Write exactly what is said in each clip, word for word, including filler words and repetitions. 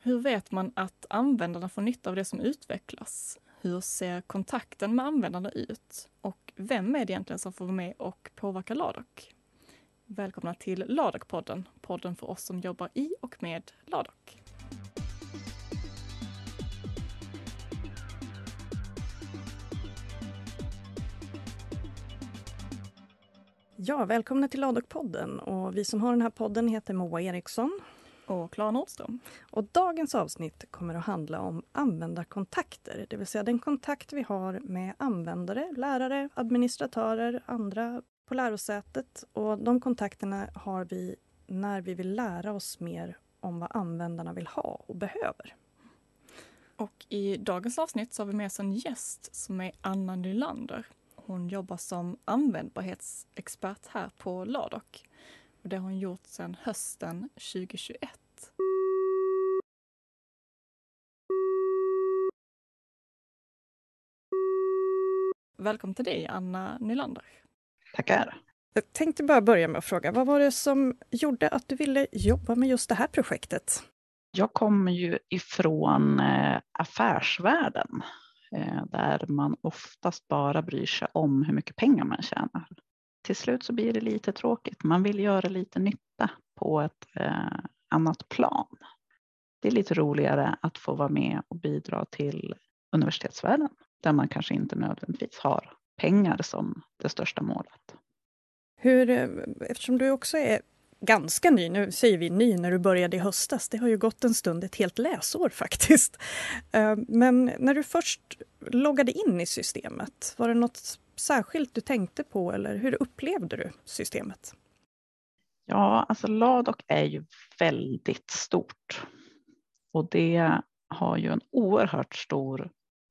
Hur vet man att användarna får nytta av det som utvecklas? Hur ser kontakten med användarna ut? Och vem är det egentligen som får vara med och påverka Ladok? Välkomna till Ladok-podden, podden för oss som jobbar i och med Ladok. Ja, välkomna till Ladok-podden. Och vi som har den här podden heter Moa Eriksson och Klara Nordström. Och dagens avsnitt kommer att handla om användarkontakter. Det vill säga den kontakt vi har med användare, lärare, administratörer, andra på lärosätet. Och de kontakterna har vi när vi vill lära oss mer om vad användarna vill ha och behöver. Och i dagens avsnitt så har vi med oss en gäst som är Anna Nylander. Hon jobbar som användbarhetsexpert här på Ladok. Och det har hon gjort sedan hösten tjugohundratjugoett. Välkommen till dig, Anna Nylander. Tackar. Jag tänkte bara börja med att fråga, vad var det som gjorde att du ville jobba med just det här projektet? Jag kommer ju ifrån eh, affärsvärlden. Där man oftast bara bryr sig om hur mycket pengar man tjänar. Till slut så blir det lite tråkigt. Man vill göra lite nytta på ett eh, annat plan. Det är lite roligare att få vara med och bidra till universitetsvärlden. Där man kanske inte nödvändigtvis har pengar som det största målet. Hur, eftersom du också är ganska ny, nu säger vi ny när du började i höstas. Det har ju gått en stund, ett helt läsår faktiskt. Men när du först loggade in i systemet, var det något särskilt du tänkte på eller hur upplevde du systemet? Ja, alltså Ladok är ju väldigt stort. Och det har ju en oerhört stor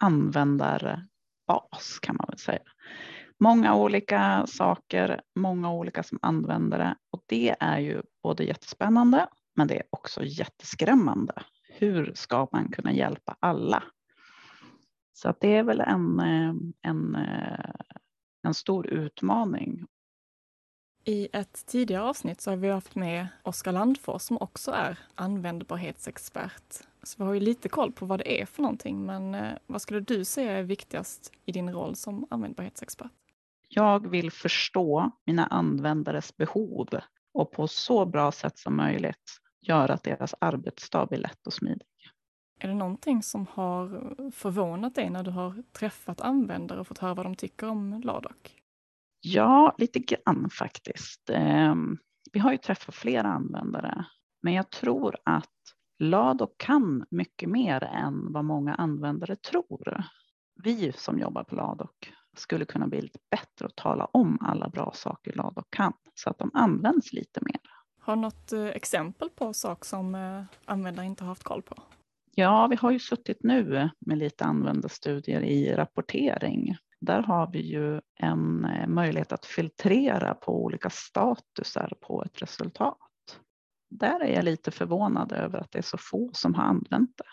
användarbas kan man väl säga. Många olika saker, många olika som användare och det är ju både jättespännande men det är också jätteskrämmande. Hur ska man kunna hjälpa alla? Så att det är väl en, en, en stor utmaning. I ett tidigare avsnitt så har vi haft med Oskar Landfors som också är användbarhetsexpert. Så vi har ju lite koll på vad det är för någonting, men vad skulle du säga är viktigast i din roll som användbarhetsexpert? Jag vill förstå mina användares behov och på så bra sätt som möjligt göra att deras arbetsdag blir lätt och smidig. Är det någonting som har förvånat dig när du har träffat användare och fått höra vad de tycker om Ladok? Ja, lite grann faktiskt. Vi har ju träffat flera användare, men jag tror att Ladok kan mycket mer än vad många användare tror. Vi som jobbar på Ladok skulle kunna bli lite bättre och tala om alla bra saker Ladok kan så att de används lite mer. Har du något exempel på saker som användare inte har haft koll på? Ja, vi har ju suttit nu med lite användarstudier i rapportering. Där har vi ju en möjlighet att filtrera på olika statusar på ett resultat. Där är jag lite förvånad över att det är så få som har använt det.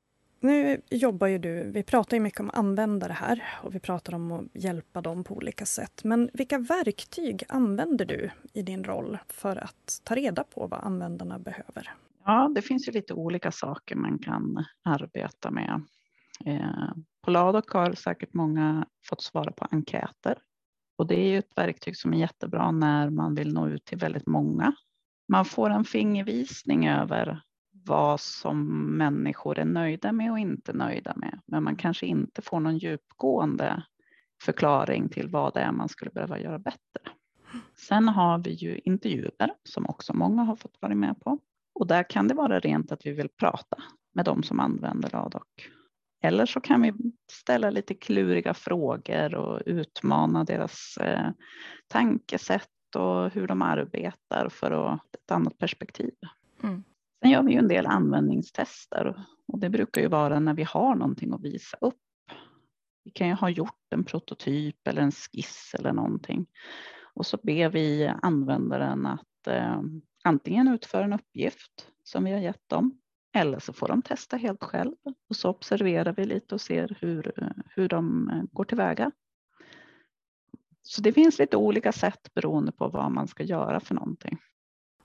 Nu jobbar ju du, vi pratar ju mycket om användare här och vi pratar om att hjälpa dem på olika sätt. Men vilka verktyg använder du i din roll för att ta reda på vad användarna behöver? Ja, det finns ju lite olika saker man kan arbeta med. Eh, på Ladok har säkert många fått svara på enkäter. Och det är ju ett verktyg som är jättebra när man vill nå ut till väldigt många. Man får en fingervisning över vad som människor är nöjda med och inte nöjda med. Men man kanske inte får någon djupgående förklaring till vad det är man skulle behöva göra bättre. Sen har vi ju intervjuer som också många har fått vara med på. Och där kan det vara rent att vi vill prata med de som använder Ladok. Eller så kan vi ställa lite kluriga frågor och utmana deras eh, tankesätt och hur de arbetar för att ett annat perspektiv. Mm. Sen gör vi ju en del användningstester och det brukar ju vara när vi har någonting att visa upp. Vi kan ju ha gjort en prototyp eller en skiss eller någonting. Och så ber vi användaren att eh, antingen utföra en uppgift som vi har gett dem. Eller så får de testa helt själv. Och så observerar vi lite och ser hur, hur de går tillväga. Så det finns lite olika sätt beroende på vad man ska göra för någonting.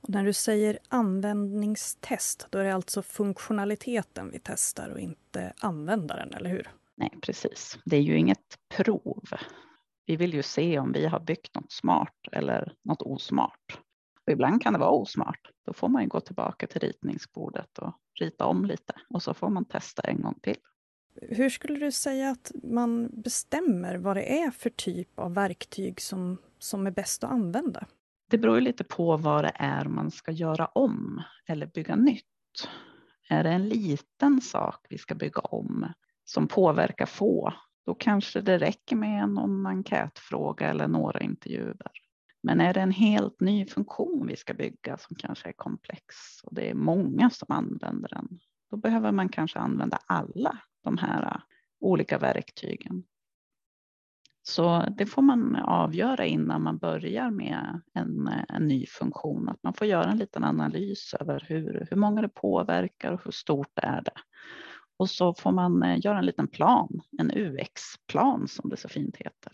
Och när du säger användningstest, då är det alltså funktionaliteten vi testar och inte användaren, eller hur? Nej, precis. Det är ju inget prov. Vi vill ju se om vi har byggt något smart eller något osmart. Och ibland kan det vara osmart. Då får man ju gå tillbaka till ritningsbordet och rita om lite. Och så får man testa en gång till. Hur skulle du säga att man bestämmer vad det är för typ av verktyg som, som är bäst att använda? Det beror ju lite på vad det är man ska göra om eller bygga nytt. Är det en liten sak vi ska bygga om som påverkar få, då kanske det räcker med någon enkätfråga eller några intervjuer. Men är det en helt ny funktion vi ska bygga som kanske är komplex och det är många som använder den, då behöver man kanske använda alla de här olika verktygen. Så det får man avgöra innan man börjar med en, en ny funktion. Att man får göra en liten analys över hur, hur många det påverkar och hur stort är det. Och så får man göra en liten plan, en U X-plan som det så fint heter.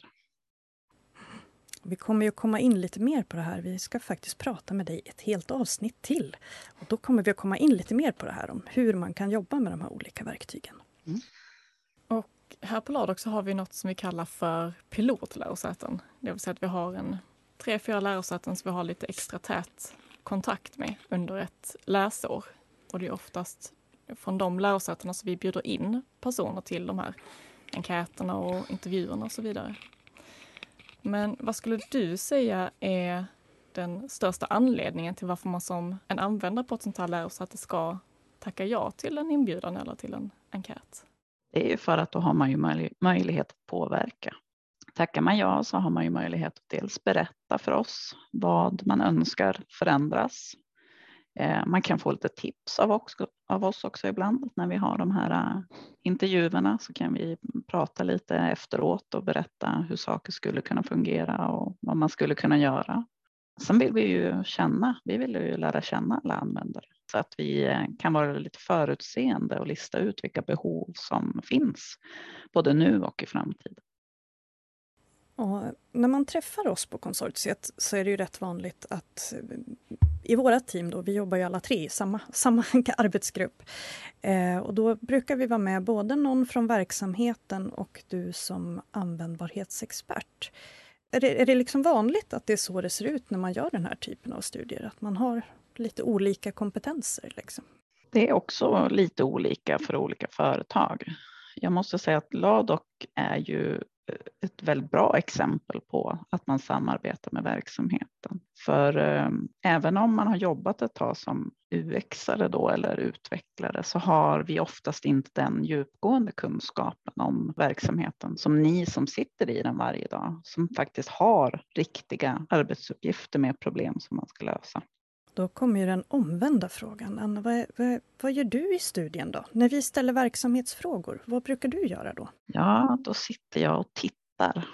Vi kommer ju komma in lite mer på det här. Vi ska faktiskt prata med dig ett helt avsnitt till. Och då kommer vi att komma in lite mer på det här om hur man kan jobba med de här olika verktygen. Mm. Och här på Ladok så har vi något som vi kallar för pilotlärosäten. Det vill säga att vi har en tre, fyra lärosäten som vi har lite extra tät kontakt med under ett läsår. Och det är oftast från de lärosätena som vi bjuder in personer till de här enkäterna och intervjuerna och så vidare. Men vad skulle du säga är den största anledningen till varför man som en användare på ett sånt här lärosäte ska tacka ja till en inbjudan eller till en enkät? Det är ju för att då har man ju möj- möjlighet att påverka. Tackar man ja så har man ju möjlighet att dels berätta för oss vad man önskar förändras. Eh, man kan få lite tips av, också, av oss också ibland. När vi har de här uh, intervjuerna så kan vi prata lite efteråt och berätta hur saker skulle kunna fungera och vad man skulle kunna göra. Sen vill vi ju känna, vi vill ju lära känna alla användare så att vi kan vara lite förutseende och lista ut vilka behov som finns både nu och i framtiden. Och när man träffar oss på konsortiet så är det ju rätt vanligt att i våra team, då, vi jobbar ju alla tre i samma, samma arbetsgrupp, eh, och då brukar vi vara med både någon från verksamheten och du som användbarhetsexpert. Är det, är det liksom vanligt att det är så det ser ut när man gör den här typen av studier? Att man har lite olika kompetenser? Liksom? Det är också lite olika för olika företag. Jag måste säga att Ladok är ju ett väldigt bra exempel på att man samarbetar med verksamheten. För eh, även om man har jobbat ett tag som U X-are då eller utvecklare så har vi oftast inte den djupgående kunskapen om verksamheten som ni som sitter i den varje dag, som faktiskt har riktiga arbetsuppgifter med problem som man ska lösa. Då kommer ju den omvända frågan. Anna, vad, vad, vad gör du i studien då? När vi ställer verksamhetsfrågor, vad brukar du göra då? Ja, då sitter jag och tittar.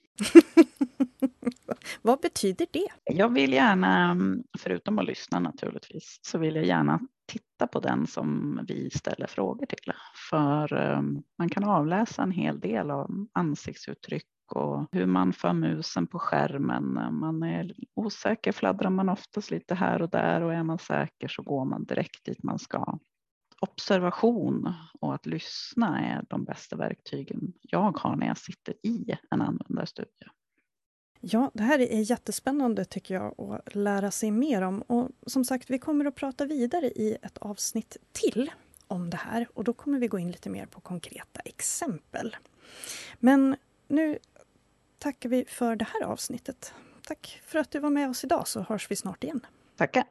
Vad betyder det? Jag vill gärna, förutom att lyssna naturligtvis, så vill jag gärna titta på den som vi ställer frågor till. För um, man kan avläsa en hel del av ansiktsuttryck och hur man för musen på skärmen. Man är osäker, fladdrar man oftast lite här och där, och är man säker så går man direkt dit man ska. Observation och att lyssna är de bästa verktygen jag har när jag sitter i en användarstudie. Ja, det här är jättespännande tycker jag att lära sig mer om. Och som sagt, vi kommer att prata vidare i ett avsnitt till om det här. Och då kommer vi gå in lite mer på konkreta exempel. Men nu tackar vi för det här avsnittet. Tack för att du var med oss idag, så hörs vi snart igen. Tackar.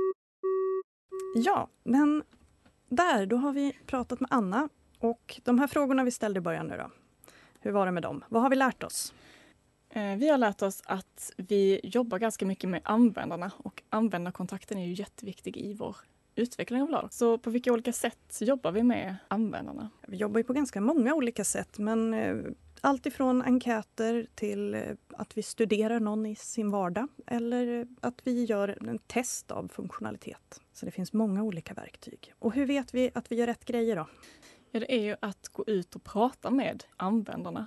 Ja, men där, då har vi pratat med Anna. Och de här frågorna vi ställde i början nu då. Hur var det med dem? Vad har vi lärt oss? Vi har lärt oss att vi jobbar ganska mycket med användarna och användarkontakten är ju jätteviktig i vår utveckling av Ladok. Så på vilka olika sätt jobbar vi med användarna? Vi jobbar ju på ganska många olika sätt, men allt ifrån enkäter till att vi studerar någon i sin vardag eller att vi gör en test av funktionalitet. Så det finns många olika verktyg. Och hur vet vi att vi gör rätt grejer då? Ja, det är ju att gå ut och prata med användarna.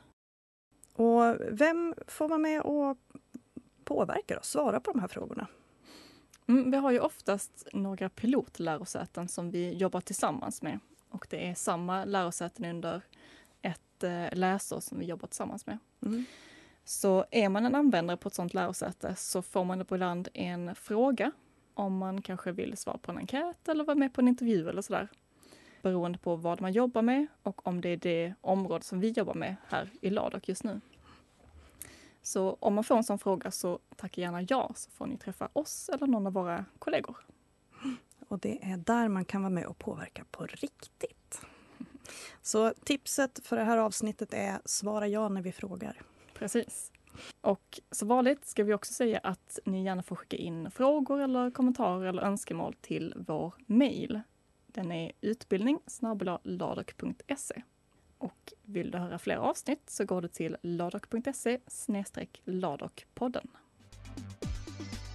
Och vem får vara med och påverka och svara på de här frågorna? Mm, vi har ju oftast några pilotlärosäten som vi jobbar tillsammans med. Och det är samma lärosäten under ett eh, läsår som vi jobbar tillsammans med. Mm. Så är man en användare på ett sådant lärosäte så får man ibland en fråga om man kanske vill svara på en enkät eller vara med på en intervju eller sådär. Beroende på vad man jobbar med och om det är det område som vi jobbar med här i Ladok just nu. Så om man får en sån fråga så tacka gärna ja, så får ni träffa oss eller någon av våra kollegor. Och det är där man kan vara med och påverka på riktigt. Så tipset för det här avsnittet är svara ja när vi frågar. Precis. Och så vanligt ska vi också säga att ni gärna får skicka in frågor eller kommentarer eller önskemål till vår mejl. Den är utbildning snabel-a ladok punkt se. Och vill du höra fler avsnitt så går du till ladok punkt se snedstreck ladokpodden.